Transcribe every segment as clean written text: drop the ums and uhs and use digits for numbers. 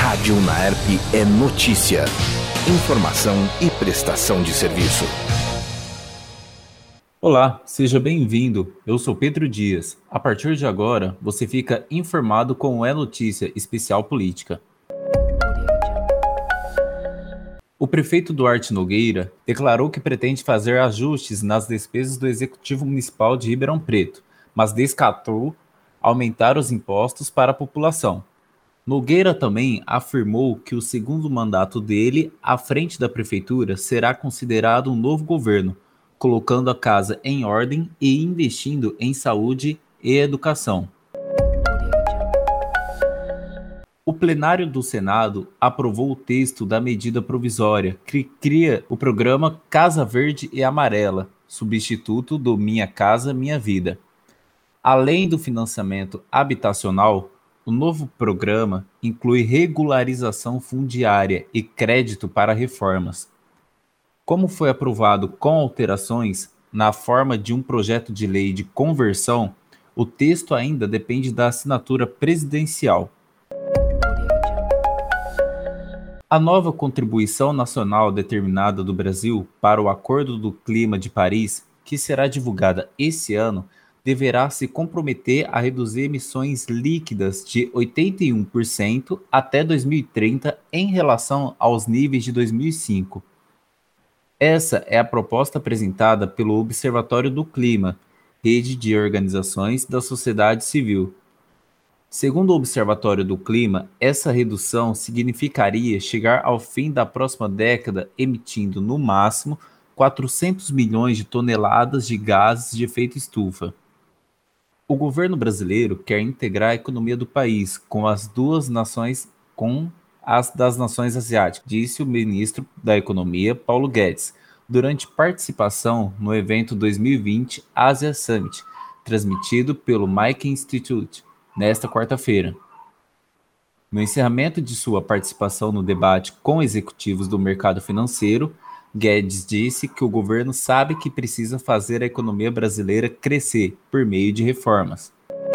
Rádio Unaerp é notícia, informação e prestação de serviço. Olá, seja bem-vindo. Eu sou Pedro Dias. A partir de agora, você fica informado com o É Notícia Especial Política. O prefeito Duarte Nogueira declarou que pretende fazer ajustes nas despesas do Executivo Municipal de Ribeirão Preto, mas descartou aumentar os impostos para a população. Nogueira também afirmou que o segundo mandato dele à frente da prefeitura será considerado um novo governo, colocando a casa em ordem e investindo em saúde e educação. O plenário do Senado aprovou o texto da medida provisória que cria o programa Casa Verde e Amarela, substituto do Minha Casa Minha Vida. Além do financiamento habitacional, o novo programa inclui regularização fundiária e crédito para reformas. Como foi aprovado com alterações na forma de um projeto de lei de conversão, o texto ainda depende da assinatura presidencial. A nova contribuição nacional determinada do Brasil para o Acordo do Clima de Paris, que será divulgada esse ano, deverá se comprometer a reduzir emissões líquidas de 81% até 2030 em relação aos níveis de 2005. Essa é a proposta apresentada pelo Observatório do Clima, rede de organizações da sociedade civil. Segundo o Observatório do Clima, essa redução significaria chegar ao fim da próxima década emitindo, no máximo, 400 milhões de toneladas de gases de efeito estufa. O governo brasileiro quer integrar a economia do país com as das nações asiáticas, disse o ministro da Economia, Paulo Guedes, durante participação no evento 2020 Asia Summit, transmitido pelo Mike Institute, nesta quarta-feira. No encerramento de sua participação no debate com executivos do mercado financeiro, Guedes disse que o governo sabe que precisa fazer a economia brasileira crescer por meio de reformas.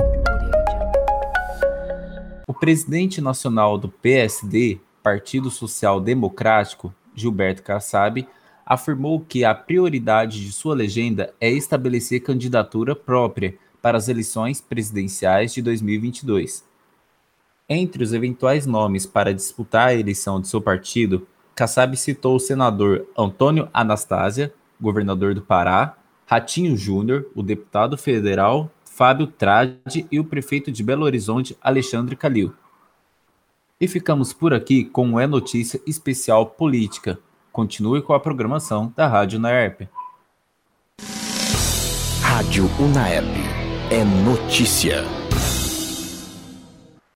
O presidente nacional do PSD, Partido Social Democrático, Gilberto Kassab, afirmou que a prioridade de sua legenda é estabelecer candidatura própria para as eleições presidenciais de 2022. Entre os eventuais nomes para disputar a eleição de seu partido, Kassab citou o senador Antônio Anastasia, governador do Pará, Ratinho Júnior, o deputado federal Fábio Tradi e o prefeito de Belo Horizonte, Alexandre Calil. E ficamos por aqui com o É Notícia Especial Política. Continue com a programação da Rádio Unaerp. Rádio Unaerp é notícia.